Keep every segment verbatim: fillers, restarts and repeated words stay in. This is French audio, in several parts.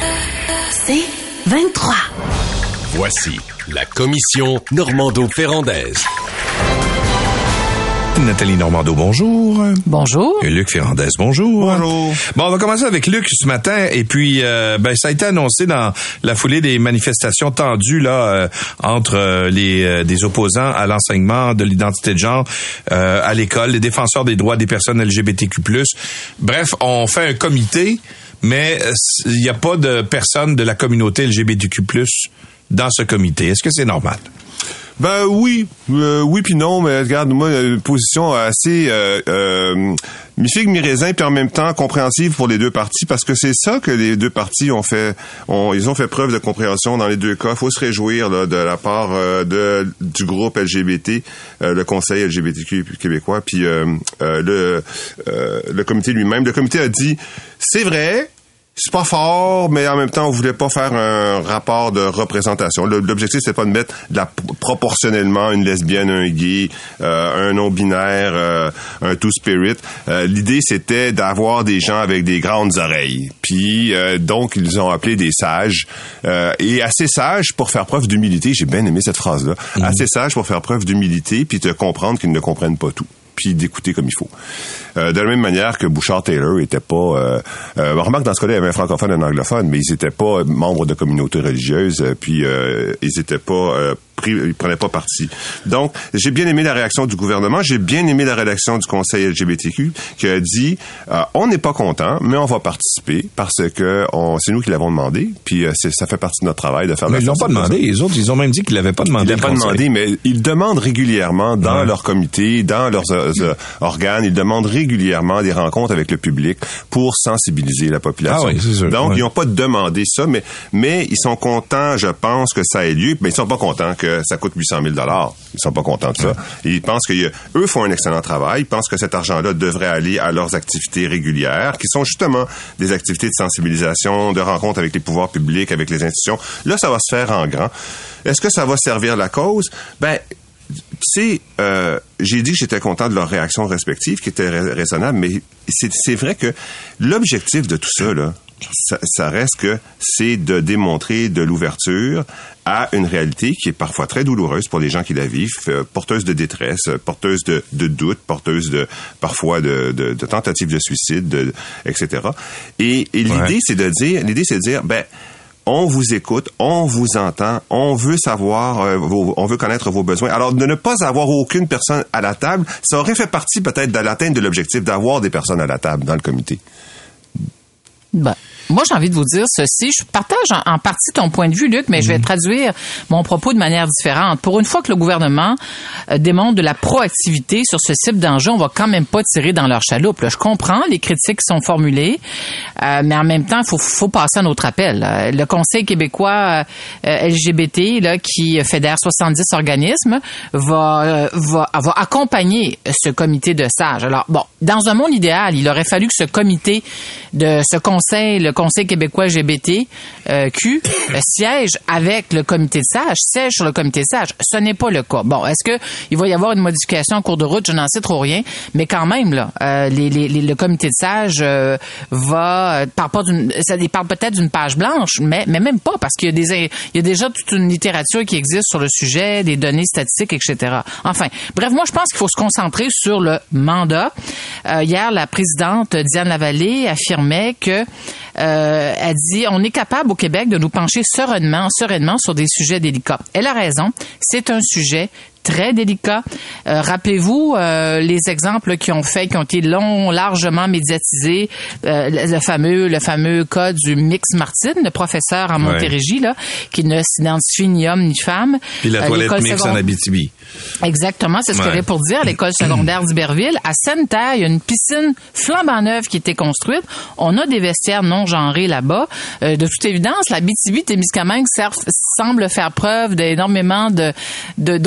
C'est vingt-trois. Voici la commission Normando-Ferrandaise. Nathalie Normando, bonjour. Bonjour. Et Luc Ferrandez, bonjour. Bonjour. Bon, on va commencer avec Luc ce matin. Et puis, euh, ben, ça a été annoncé dans la foulée des manifestations tendues là euh, entre euh, les euh, des opposants à l'enseignement de l'identité de genre euh, à l'école, les défenseurs des droits des personnes L G B T Q plus. Bref, on fait un comité, mais il n'y a pas de personnes de la communauté L G B T Q plus dans ce comité. Est-ce que c'est normal? Ben oui, euh, oui puis non, mais regarde, moi, une position assez euh, euh, mi-figue, mi-raisin, puis en même temps compréhensive pour les deux parties, parce que c'est ça que les deux parties ont fait, ont, ils ont fait preuve de compréhension dans les deux cas. Il faut se réjouir là, de la part euh, de du groupe L G B T, euh, le Conseil L G B T Q québécois, puis euh, euh, le euh, le comité lui-même. Le comité a dit, c'est vrai. C'est pas fort, mais en même temps, on voulait pas faire un rapport de représentation. L'objectif, c'est pas de mettre de la, proportionnellement une lesbienne, un gay, euh, un non-binaire, euh, un two-spirit. Euh, l'idée, c'était d'avoir des gens avec des grandes oreilles. Puis, euh, donc, ils ont appelé des sages. Euh, et assez sages pour faire preuve d'humilité. J'ai bien aimé cette phrase-là. Mmh. Assez sages pour faire preuve d'humilité, puis de comprendre qu'ils ne comprennent pas tout, puis d'écouter comme il faut. Euh, de la même manière que Bouchard-Taylor était pas... Euh, euh, on remarque dans ce cas-là, il y avait un francophone et un anglophone, mais ils étaient pas membres de communautés religieuses, euh, puis euh, ils étaient pas... Euh, pris, ils prenaient pas parti. Donc, j'ai bien aimé la réaction du gouvernement, j'ai bien aimé la réaction du Conseil L G B T Q, qui a dit, euh, on n'est pas content, mais on va participer, parce que on, c'est nous qui l'avons demandé, puis euh, c'est, ça fait partie de notre travail de faire... Mais ils l'ont pas demandé, les autres, ils ont même dit qu'ils l'avaient pas demandé. Ils l'avaient pas demandé, mais ils demandent régulièrement dans ouais. leur comité, dans leurs euh, organes, ils demandent régulièrement des rencontres avec le public pour sensibiliser la population. Ah oui, c'est sûr. Donc, ouais. ils n'ont pas demandé ça, mais, mais ils sont contents, je pense, que ça ait lieu. Mais ils sont pas contents que ça coûte huit cent mille dollars. Ils sont pas contents de ça. Ouais. Et ils pensent qu'eux font un excellent travail. Ils pensent que cet argent-là devrait aller à leurs activités régulières, qui sont justement des activités de sensibilisation, de rencontres avec les pouvoirs publics, avec les institutions. Là, ça va se faire en grand. Est-ce que ça va servir la cause? Ben, tu sais, euh, j'ai dit que j'étais content de leurs réactions respectives, qui étaient ra- raisonnables, mais c'est, c'est vrai que l'objectif de tout ça, là, ça, ça reste que c'est de démontrer de l'ouverture à une réalité qui est parfois très douloureuse pour les gens qui la vivent, euh, porteuse de détresse, porteuse de, de doute, porteuse de parfois de, de, de tentatives de suicide, de, et cetera. Et, et l'idée, ouais. c'est de dire, l'idée, c'est de dire, ben, on vous écoute, on vous entend, on veut savoir, euh, vos, on veut connaître vos besoins. Alors, de ne pas avoir aucune personne à la table, ça aurait fait partie peut-être de l'atteinte de l'objectif d'avoir des personnes à la table dans le comité. Ben. Moi, j'ai envie de vous dire ceci. Je partage en, en partie ton point de vue, Luc, mais mmh. je vais traduire mon propos de manière différente. Pour une fois que le gouvernement euh, démontre de la proactivité sur ce type d'enjeu, on va quand même pas tirer dans leur chaloupe. Là. Je comprends les critiques qui sont formulées, euh, mais en même temps, il faut, faut passer à notre appel. Euh, le Conseil québécois euh, L G B T, là, qui fédère soixante-dix organismes, va, euh, va, va accompagner ce comité de sages. Alors, bon, dans un monde idéal, il aurait fallu que ce comité de ce conseil, le Conseil québécois L G B T Q euh, siège avec le comité de sages, siège sur le comité de sages. Ce n'est pas le cas. Bon, est-ce que il va y avoir une modification en cours de route? Je n'en sais trop rien, mais quand même, là, euh, les, les, les, le comité de sages euh, va euh, parle pas d'une, ça parle peut-être d'une page blanche, mais mais même pas, parce qu'il y a des, il y a déjà toute une littérature qui existe sur le sujet, des données statistiques, et cetera. Enfin, bref, moi je pense qu'il faut se concentrer sur le mandat. Euh, hier, la présidente Diane Lavallée affirmait que Euh, elle dit, on est capable au Québec de nous pencher sereinement, sereinement sur des sujets délicats. Elle a raison, c'est un sujet très délicat. Euh, rappelez-vous euh, les exemples qui ont fait, qui ont été longs, largement médiatisés. Euh, le, le fameux, le fameux cas du Mix Martin, le professeur en Montérégie, ouais. là, qui ne s'identifie ni homme ni femme. Puis la euh, toilette mix second... en Abitibi. Exactement, c'est ce ouais. que j'avais pour dire. À l'école secondaire d'Iberville, à Sainte-Terre, il y a une piscine flambant neuve qui a été construite. On a des vestiaires non genrés là-bas. Euh, de toute évidence, l'Abitibi-Témiscamingue semble faire preuve d'énormément de, de, d'audace et de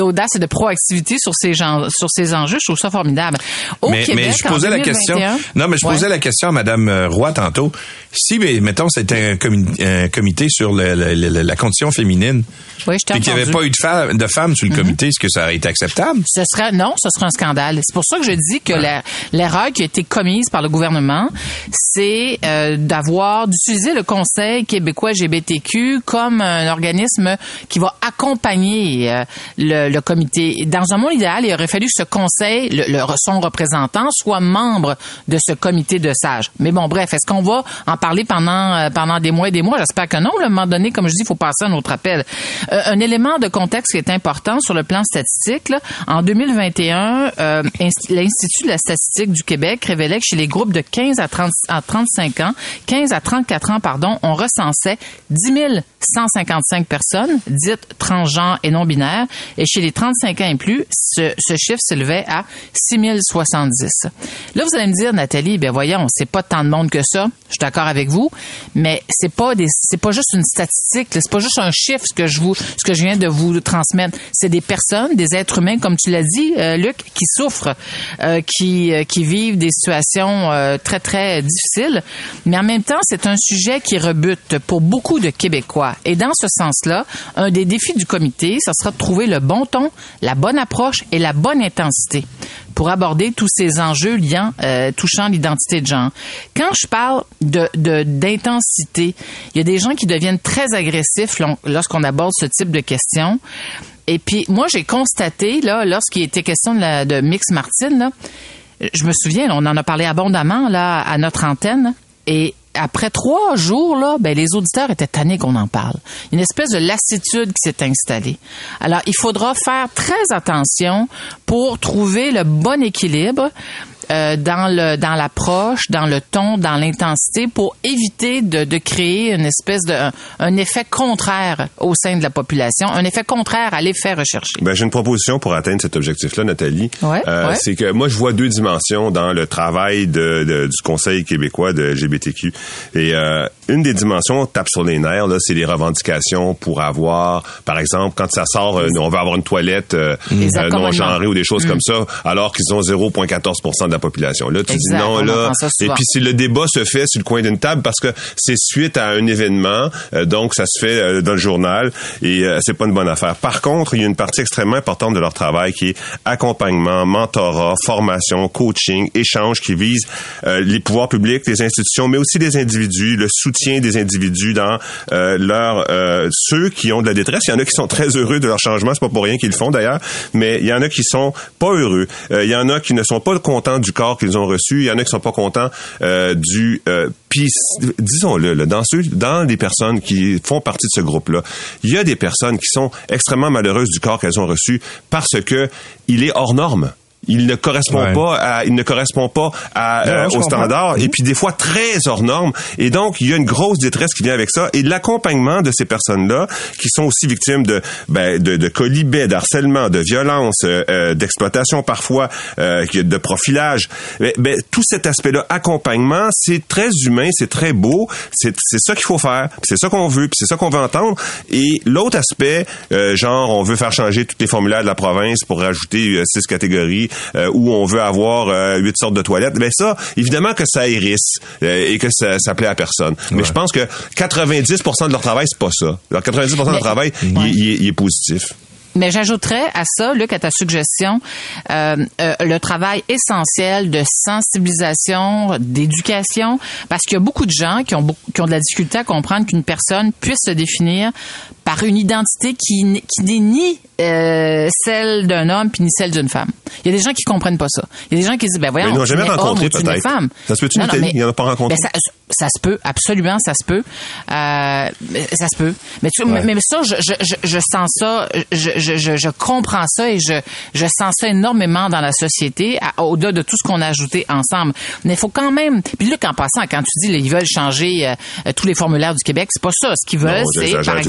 proactivité sur ces gens, sur ces enjeux. Je trouve ça formidable. Au mais, Québec, mais je posais la question. Non, mais je posais ouais. la question à Madame Roy tantôt. Si, mais, mettons, c'était un, comi- un comité sur le, le, le, la condition féminine. Oui, je t'ai puis qu'il n'y avait pas eu de, fa- de femmes sur le mm-hmm. comité, est-ce que ça aurait été acceptable? Ce serait, non, ce serait un scandale. C'est pour ça que je dis que la, l'erreur qui a été commise par le gouvernement, c'est euh, d'avoir, d'utiliser le Conseil québécois L G B T Q comme un organisme qui va accompagner euh, le, le comité. Dans un monde idéal, il aurait fallu que ce conseil, le, le, son représentant, soit membre de ce comité de sages. Mais bon, bref, est-ce qu'on va en parler pendant euh, pendant des mois et des mois? J'espère que non. À un moment donné, comme je dis, il faut passer à un autre appel. Euh, un élément de contexte qui est important sur le plan statistique, là, en deux mille vingt et un, euh, l'Institut de la statistique du Québec révélait que chez les groupes de quinze à trente à trente-cinq ans, quinze à trente-quatre ans, pardon, on recensait dix mille cent cinquante-cinq personnes dites transgenres et non-binaires, et chez les trente-cinq ans et plus, ce, ce chiffre s'élevait à six mille soixante-dix. Là, vous allez me dire, Nathalie, ben voyons, c'est pas tant de monde que ça. Je suis d'accord avec vous, mais c'est pas des, c'est pas juste une statistique, c'est pas juste un chiffre ce que je vous, ce que je viens de vous transmettre. C'est des personnes, des êtres humains, comme tu l'as dit, euh, Luc, qui souffrent, euh, qui, euh, qui vivent des situations euh, très très difficiles. Mais en même temps, c'est un sujet qui rebute pour beaucoup de Québécois. Et dans ce sens-là, un des défis du comité, ça sera de trouver le bon ton, la bonne approche et la bonne intensité pour aborder tous ces enjeux liant, euh, touchant l'identité de genre. Quand je parle de, de d'intensité, il y a des gens qui deviennent très agressifs lorsqu'on aborde ce type de questions. Et puis, moi, j'ai constaté, là, lorsqu'il était question de, la, de Mix Martin, là, je me souviens, on en a parlé abondamment là à notre antenne, et après trois jours, là, ben, les auditeurs étaient tannés qu'on en parle. Une espèce de lassitude qui s'est installée. Alors, il faudra faire très attention pour trouver le bon équilibre euh, dans le dans l'approche, dans le ton, dans l'intensité, pour éviter de, de créer une espèce de un, un effet contraire au sein de la population, un effet contraire à l'effet recherché. Ben, j'ai une proposition pour atteindre cet objectif-là, Nathalie. Ouais, euh, ouais. C'est que moi, je vois deux dimensions dans le travail de, de du Conseil québécois de L G B T Q. Et euh, une des dimensions tape sur les nerfs, là, c'est les revendications pour avoir, par exemple, quand ça sort, euh, on veut avoir une toilette euh, euh, non genrée ou des choses mmh. comme ça, alors qu'ils ont zéro virgule quatorze pour cent de la population. Là, tu exact, dis non, là. Et puis si le débat se fait sur le coin d'une table parce que c'est suite à un événement, euh, donc ça se fait euh, dans le journal et euh, c'est pas une bonne affaire. Par contre, il y a une partie extrêmement importante de leur travail qui est accompagnement, mentorat, formation, coaching, échange qui vise euh, les pouvoirs publics, les institutions, mais aussi les individus, le soutien des individus dans euh, leur euh, ceux qui ont de la détresse. Il y en a qui sont très heureux de leur changement, c'est pas pour rien qu'ils le font d'ailleurs, mais il y en a qui sont pas heureux. Euh, il y en a qui ne sont pas contents du corps qu'ils ont reçu. Il y en a qui sont pas contents euh, du euh, puis disons-le là, dans ceux dans les personnes qui font partie de ce groupe-là, il y a des personnes qui sont extrêmement malheureuses du corps qu'elles ont reçu parce que il est hors norme. Il ne correspond ouais. pas à, il ne correspond pas à, non, euh, aux standards et puis des fois très hors normes. Et donc, il y a une grosse détresse qui vient avec ça. Et l'accompagnement de ces personnes-là, qui sont aussi victimes de, ben, de, de colibets, d'harcèlement, de violence, euh, d'exploitation parfois, euh, de profilage. Ben, ben, tout cet aspect-là, accompagnement, c'est très humain, c'est très beau. C'est, c'est ça qu'il faut faire. C'est ça qu'on veut, puis c'est ça qu'on veut entendre. Et l'autre aspect, euh, genre, on veut faire changer tous les formulaires de la province pour rajouter euh, six catégories. Euh, où on veut avoir euh, huit sortes de toilettes, ben ça, évidemment que ça hérisse euh, et que ça, ça plaît à personne. Ouais. Mais je pense que quatre-vingt-dix pour cent de leur travail, c'est pas ça. Alors quatre-vingt-dix pour cent de leur travail, ouais. il, il, il est positif. Mais j'ajouterais à ça, Luc, à ta suggestion, euh, euh, le travail essentiel de sensibilisation, d'éducation, parce qu'il y a beaucoup de gens qui ont, beaucoup, qui ont de la difficulté à comprendre qu'une personne puisse se définir par une identité qui, qui n'est ni euh, celle d'un homme puis ni celle d'une femme. Il y a des gens qui comprennent pas ça. Il y a des gens qui disent, ben voyons, mais ils n'ont jamais rencontré homme, peut-être. Femme. Ça se peut-tu, Nathalie? Il n'y en a pas rencontré? Ben ça, ça se peut, absolument, ça se peut. Euh, ça se peut. Mais, tu, ouais. mais, mais ça, je, je, je sens ça, je, je, je, je comprends ça et je, je sens ça énormément dans la société, à, au-delà de tout ce qu'on a ajouté ensemble. Mais il faut quand même... Puis là, en passant, quand tu dis qu'ils veulent changer euh, tous les formulaires du Québec, c'est pas ça. Ce qu'ils veulent, non, c'est, par exemple,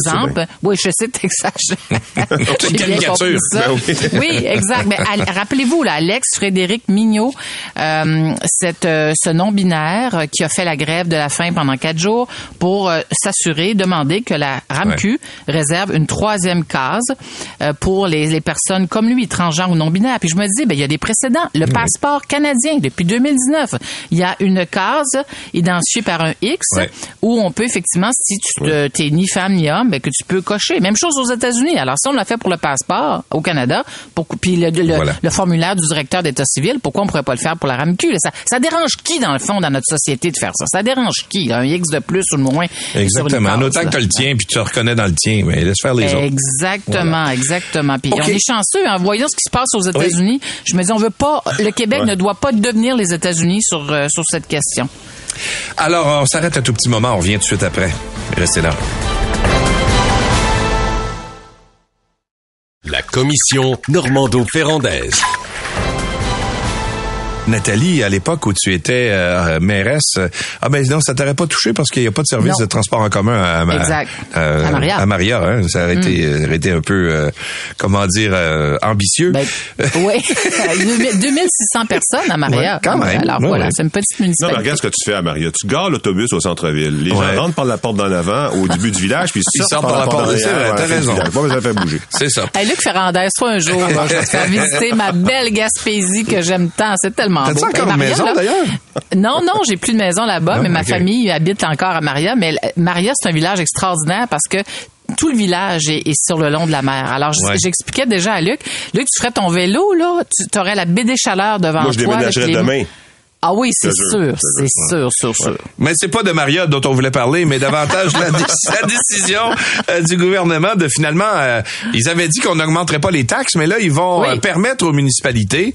Oui, je sais, t'exagères. C'est une caricature. Ben oui. oui, exact. Mais rappelez-vous, là, Alex Frédéric Mignot, euh, cette, euh, ce non-binaire qui a fait la grève de la faim pendant quatre jours pour euh, s'assurer, demander que la RAMQ ouais. réserve une troisième case euh, pour les, les personnes comme lui, transgenres ou non-binaires. Puis je me dis, ben il y a des précédents. Le oui. passeport canadien, depuis deux mille dix-neuf, il y a une case identifiée par un X ouais. où on peut effectivement, si tu ouais. t'es ni femme ni homme, ben que tu peux cocher. Même chose aux États-Unis. Alors ça, on l'a fait pour le passeport au Canada, pour, puis le, le, voilà. le formulaire du directeur d'État civil, pourquoi on pourrait pas le faire pour la RAMQ? Là, ça, ça dérange qui, dans le fond, dans notre société, de faire ça? Ça dérange qui? Là, un X de plus ou de moins? Exactement. En autant que tu as le tien, puis tu te reconnais dans le tien, mais laisse faire les exactement, autres. Exactement, voilà. exactement. Puis okay. on est chanceux, en voyant ce qui se passe aux États-Unis. Oui. Je me dis, on veut pas, le Québec ouais. ne doit pas devenir les États-Unis sur, euh, sur cette question. Alors, on s'arrête un tout petit moment, on revient tout de suite après. Restez là. La commission Normando-Ferrandaise. Nathalie, à l'époque où tu étais euh, mairesse, euh, ah ben non, ça t'aurait pas touché parce qu'il n'y a pas de service non. de transport en commun à, à, exact. à, à Maria. À Maria, hein, ça aurait, mm. été, aurait été un peu, euh, comment dire, euh, ambitieux. Ben, oui, deux mille six cents personnes à Maria. Ouais, quand même. Alors ouais, voilà, ouais. c'est une petite municipalité. Non, mais regarde ce que tu fais à Maria. Tu gares l'autobus au centre-ville. Les ouais. gens rentrent par la porte d'en avant au début du village, puis ils sortent, sortent par, par la porte de derrière. T'as raison. Moi, ça fait bouger. C'est ça. Hey, Luc Ferrandez, soit un jour, là, je vais te faire visiter ma belle Gaspésie que j'aime tant. C'est tellement beau. T'as-tu encore une maison, là, d'ailleurs? Non, non, j'ai plus de maison là-bas, non, mais ma okay. famille habite encore à Maria. Mais Maria, c'est un village extraordinaire parce que tout le village est, est sur le long de la mer. Alors, ouais. j'expliquais déjà à Luc, Luc, tu ferais ton vélo, là, tu aurais la baie des Chaleurs devant Moi, toi. Moi, je déménagerais les... demain. Ah oui, c'est sûr, c'est sûr, sûr, sûr. Mais c'est pas de Maria dont on voulait parler, mais davantage la, dé- la décision euh, du gouvernement de finalement, euh, ils avaient dit qu'on n'augmenterait pas les taxes, mais là ils vont oui. euh, permettre aux municipalités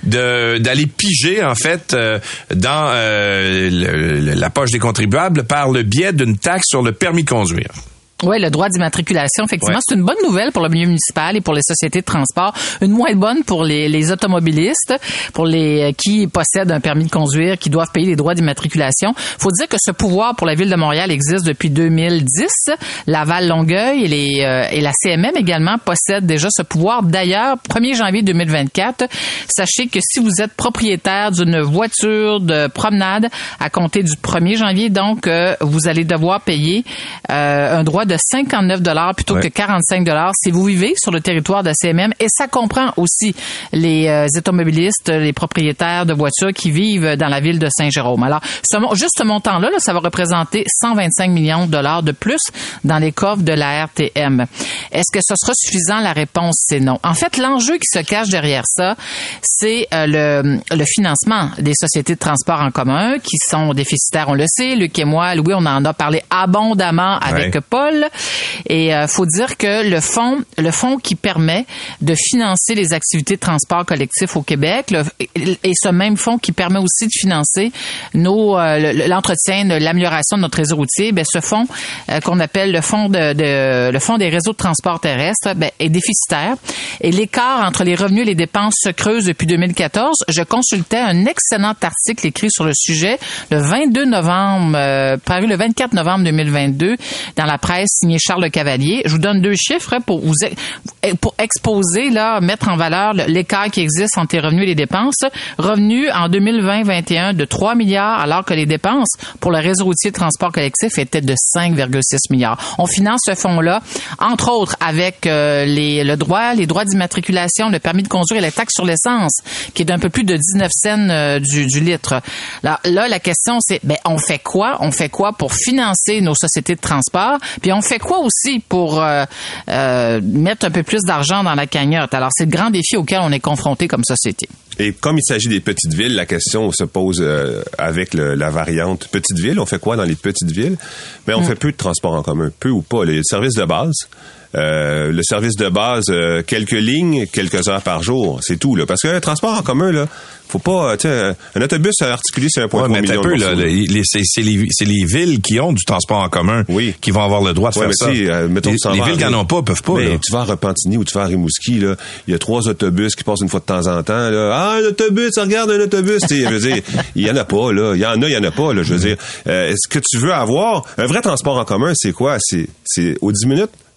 de d'aller piger en fait euh, dans euh, le, le, la poche des contribuables par le biais d'une taxe sur le permis de conduire. Oui, le droit d'immatriculation, effectivement, ouais. c'est une bonne nouvelle pour le milieu municipal et pour les sociétés de transport. Une moins bonne pour les, les automobilistes, pour les qui possèdent un permis de conduire, qui doivent payer les droits d'immatriculation. Faut dire que ce pouvoir pour la Ville de Montréal existe depuis deux mille dix. Laval-Longueuil et, les, euh, et la C M M également possèdent déjà ce pouvoir. D'ailleurs, premier janvier deux mille vingt-quatre, sachez que si vous êtes propriétaire d'une voiture de promenade à compter du premier janvier, donc, euh, vous allez devoir payer euh, un droit de de cinquante-neuf dollars plutôt ouais. que quarante-cinq dollars si vous vivez sur le territoire de la C M M. Et ça comprend aussi les euh, automobilistes, les propriétaires de voitures qui vivent dans la ville de Saint-Jérôme. Alors, ce, juste ce montant-là, là, ça va représenter cent vingt-cinq millions de dollars de plus dans les coffres de la R T M. Est-ce que ce sera suffisant? La réponse, c'est non. En fait, l'enjeu qui se cache derrière ça, c'est euh, le, le financement des sociétés de transport en commun qui sont déficitaires, on le sait. Luc et moi, Louis, on en a parlé abondamment avec ouais. Paul. Et euh, faut dire que le fonds, le fonds qui permet de financer les activités de transport collectif au Québec, le, et ce même fonds qui permet aussi de financer nos euh, l'entretien, l'amélioration de notre réseau routier, ben ce fonds euh, qu'on appelle le fonds de, de le fonds des réseaux de transport terrestre, ben, est déficitaire. Et l'écart entre les revenus et les dépenses se creuse depuis deux mille quatorze. Je consultais un excellent article écrit sur le sujet le vingt-deux novembre, euh, paru le vingt-quatre novembre deux mille vingt-deux dans la presse, signé Charles Cavalier. Je vous donne deux chiffres pour vous pour exposer là, mettre en valeur l'écart qui existe entre les revenus et les dépenses. Revenus en deux mille vingt vingt et un de trois milliards, alors que les dépenses pour le réseau routier de transport collectif étaient de cinq virgule six milliards. On finance ce fonds-là, entre autres, avec euh, les le droit, les droits d'immatriculation, le permis de conduire et la taxe sur l'essence, qui est d'un peu plus de dix-neuf cents euh, du, du litre. Là, là, la question, c'est, ben, on fait quoi? On fait quoi pour financer nos sociétés de transport? Puis on fait quoi aussi pour euh, euh, mettre un peu plus d'argent dans la cagnotte? Alors, c'est le grand défi auquel on est confronté comme société. Et comme il s'agit des petites villes, la question se pose euh, avec le, la variante petite ville. On fait quoi dans les petites villes? Mais on mmh. fait peu de transport en commun, peu ou pas. Les services de base. Euh, le service de base, euh, quelques lignes, quelques heures par jour, c'est tout là. Parce que le transport en commun là, faut pas, tu sais, un autobus articulé c'est un point trois million. Peu, là, les, les, c'est, c'est, les, c'est les villes qui ont du transport en commun oui. qui vont avoir le droit de ouais, faire ça. Si, euh, mettons, les les villes qui n'en ont pas peuvent pas. Mais là. Tu vas à Repentigny ou tu vas à Rimouski là, il y a trois autobus qui passent une fois de temps en temps là. Ah un autobus, regarde un autobus. Je veux dire, il y en a pas là, il y en a, il y en a pas là. Je veux dire, euh, est-ce que tu veux avoir un vrai transport en commun? C'est quoi? C'est, c'est aux dix minutes.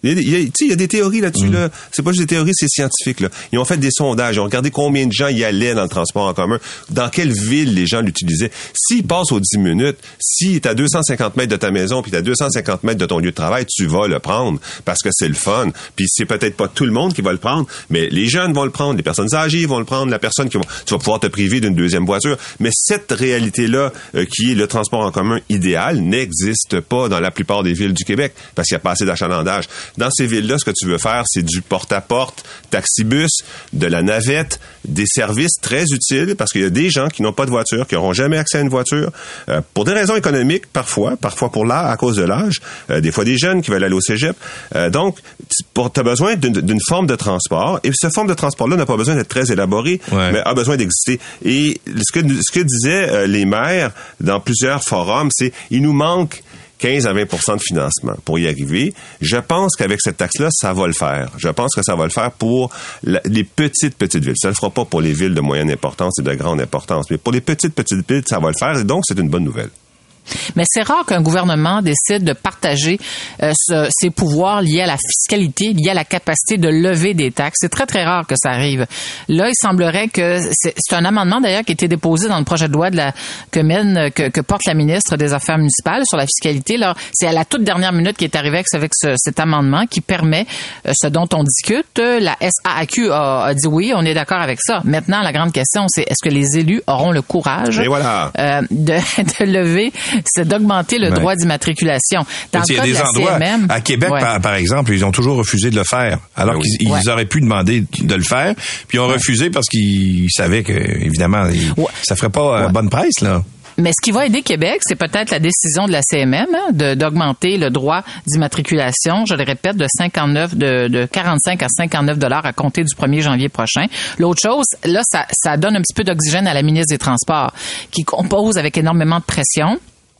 Il y a, il y a, tu sais, il y a des théories là-dessus, mm. là. C'est pas juste des théories, c'est scientifique, là. Ils ont fait des sondages, ils ont regardé combien de gens y allaient dans le transport en commun, dans quelle ville les gens l'utilisaient. S'ils passent aux dix minutes, si t'es à deux cent cinquante mètres de ta maison puis t'es à deux cent cinquante mètres de ton lieu de travail, tu vas le prendre parce que c'est le fun. Puis c'est peut-être pas tout le monde qui va le prendre, mais les jeunes vont le prendre, les personnes âgées vont le prendre, la personne qui va, tu vas pouvoir te priver d'une deuxième voiture. Mais cette réalité-là, euh, qui est le transport en commun idéal, n'existe pas dans la plupart des villes du Québec parce qu'il n'y a pas assez d'achalandage. Dans ces villes-là, ce que tu veux faire, c'est du porte-à-porte, taxibus, de la navette, des services très utiles parce qu'il y a des gens qui n'ont pas de voiture, qui n'auront jamais accès à une voiture, euh, pour des raisons économiques parfois, parfois pour l'âge, à cause de l'âge, euh, des fois des jeunes qui veulent aller au cégep. Euh, donc, tu as besoin d'une, d'une forme de transport et cette forme de transport-là n'a pas besoin d'être très élaborée, ouais. mais a besoin d'exister. Et ce que, ce que disaient euh, les maires dans plusieurs forums, c'est il nous manque quinze à vingt pour cent de financement pour y arriver. Je pense qu'avec cette taxe-là, ça va le faire. Je pense que ça va le faire pour la, les petites, petites villes. Ça ne le fera pas pour les villes de moyenne importance et de grande importance, mais pour les petites, petites villes, ça va le faire et donc c'est une bonne nouvelle. Mais c'est rare qu'un gouvernement décide de partager euh, ce, ses pouvoirs liés à la fiscalité, liés à la capacité de lever des taxes. C'est très, très rare que ça arrive. Là, il semblerait que c'est, c'est un amendement d'ailleurs qui a été déposé dans le projet de loi de la, que mène, que, que porte la ministre des Affaires municipales sur la fiscalité. Là, c'est à la toute dernière minute qui est arrivé avec, avec ce, cet amendement qui permet euh, ce dont on discute. La S A A Q a, a dit oui, on est d'accord avec ça. Maintenant, la grande question, c'est est-ce que les élus auront le courage Et voilà. euh, de, de lever c'est d'augmenter le ouais. droit d'immatriculation. Dans il y le a cas des de la endroits, C M M, à Québec, ouais. par, par exemple, ils ont toujours refusé de le faire. Alors oui. qu'ils ouais. ils auraient pu demander de le faire, puis ils ont ouais. refusé parce qu'ils savaient que, évidemment, ils, ouais. ça ferait pas ouais. bonne presse, là. Mais ce qui va aider Québec, c'est peut-être la décision de la C M M hein, de, d'augmenter le droit d'immatriculation, je le répète, de cinquante-neuf, de, de quarante-cinq à cinquante-neuf dollars à compter du premier janvier prochain. L'autre chose, là, ça, ça donne un petit peu d'oxygène à la ministre des Transports, qui compose avec énormément de pression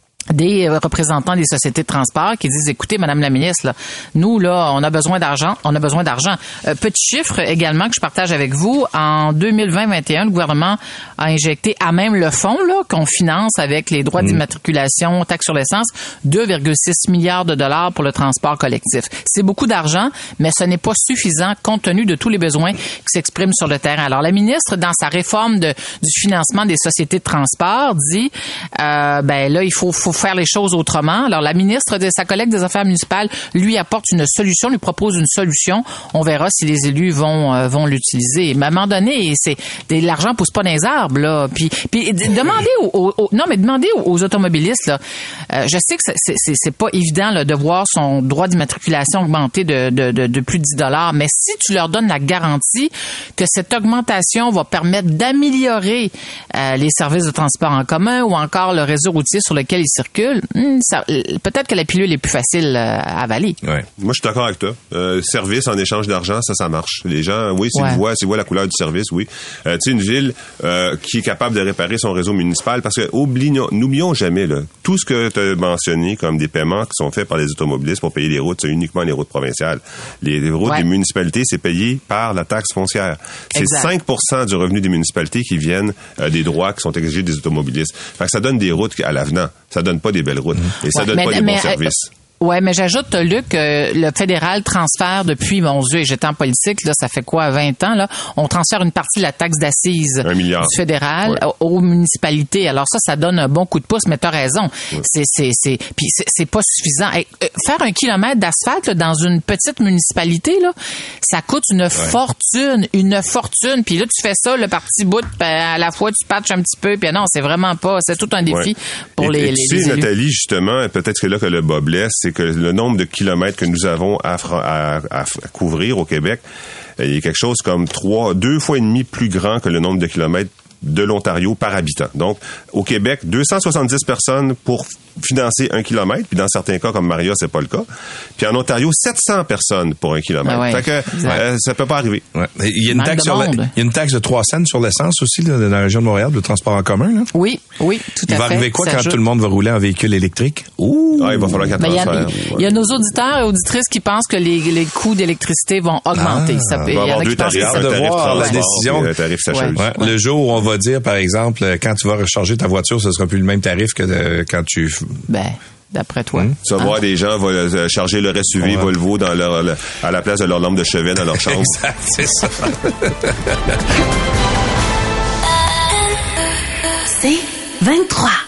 des représentants des sociétés de transport qui disent écoutez madame la ministre là, nous là on a besoin d'argent on a besoin d'argent euh, petit chiffre également que je partage avec vous en deux mille vingt vingt et un le gouvernement a injecté à même le fonds là qu'on finance avec les droits mmh. d'immatriculation taxe sur l'essence deux virgule six milliards de dollars pour le transport collectif. C'est beaucoup d'argent mais ce n'est pas suffisant compte tenu de tous les besoins qui s'expriment sur le terrain. Alors la ministre dans sa réforme de, du financement des sociétés de transport dit euh, ben là il faut, faut faire les choses autrement. Alors, la ministre de sa collègue des Affaires municipales lui apporte une solution, lui propose une solution. On verra si les élus vont euh, vont l'utiliser. Mais à un moment donné, c'est l'argent pousse pas dans les arbres là. Puis, puis demandez aux, aux non mais demandez aux, aux automobilistes là. Euh, je sais que c'est c'est, c'est pas évident là, de voir son droit d'immatriculation augmenter de, de de de plus de dix dollars. Mais si tu leur donnes la garantie que cette augmentation va permettre d'améliorer euh, les services de transport en commun ou encore le réseau routier sur lequel ils circulent, ça, peut-être que la pilule est plus facile à avaler. Ouais. Moi, je suis d'accord avec toi. Euh, service en échange d'argent, ça, ça marche. Les gens, oui, c'est ouais. une voie, c'est voie la couleur du service, oui. Euh, tu sais, une ville euh, qui est capable de réparer son réseau municipal, parce que oublions, n'oublions jamais là, tout ce que tu as mentionné comme des paiements qui sont faits par les automobilistes pour payer les routes, c'est uniquement les routes provinciales. Les, les routes ouais. des municipalités, c'est payé par la taxe foncière. C'est exact. cinq pour cent du revenu des municipalités qui viennent euh, des droits qui sont exigés des automobilistes. Fait que ça donne des routes à l'avenant. Ça donne pas des belles routes. Et ça ouais, donne mais, pas des mais, bons services. Ouais, mais j'ajoute, Luc, euh, le fédéral transfère depuis, mon Dieu, j'étais en politique, là, ça fait quoi, vingt ans, là, on transfère une partie de la taxe d'assises du fédéral ouais. aux municipalités. Alors ça, ça donne un bon coup de pouce, mais t'as raison. Ouais. C'est, c'est, c'est, puis c'est, c'est pas suffisant. Hey, euh, faire un kilomètre d'asphalte là, dans une petite municipalité, là, ça coûte une ouais. fortune, une fortune. Puis là, tu fais ça, le par petit bout, à la fois, tu patches un petit peu, puis non, c'est vraiment pas, c'est tout un défi ouais. pour et, les, et tu les, sais, les Nathalie, justement, peut-être que là que le bas blesse, c'est que le nombre de kilomètres que nous avons à, à, à, à couvrir au Québec, il y a quelque chose comme trois, deux fois et demi plus grand que le nombre de kilomètres de l'Ontario par habitant. Donc, au Québec, deux cent soixante-dix personnes pour financer un kilomètre, puis dans certains cas, comme Maria, c'est pas le cas. Puis en Ontario, sept cents personnes pour un kilomètre. Ah ouais, fait que euh, ça peut pas arriver. Ouais. Il y a une taxe sur la, il y a une taxe de trois cents sur l'essence aussi là, dans la région de Montréal, le transport en commun. Là. Oui, oui, tout à fait. Il va arriver quoi quand tout le monde va rouler en véhicule électrique? Ouh! Ah, il va falloir qu'un transfert. Il y a nos auditeurs et auditrices qui pensent que les, les coûts d'électricité vont augmenter. Ah, ça peut, il va y avoir deux tarifs, un tarif de voir la décision. Un tarif ouais. Ouais. Le jour où on va dire, par exemple, quand tu vas recharger ta voiture, ce sera plus le même tarif que de, quand tu... Ben... d'après toi? Mmh. Tu vas Hein? voir des gens vont euh, charger leur S U V Ouais. Volvo dans leur, le- à la place de leur lampe de chevet dans leur chambre. Exact, c'est ça. C'est vingt-trois.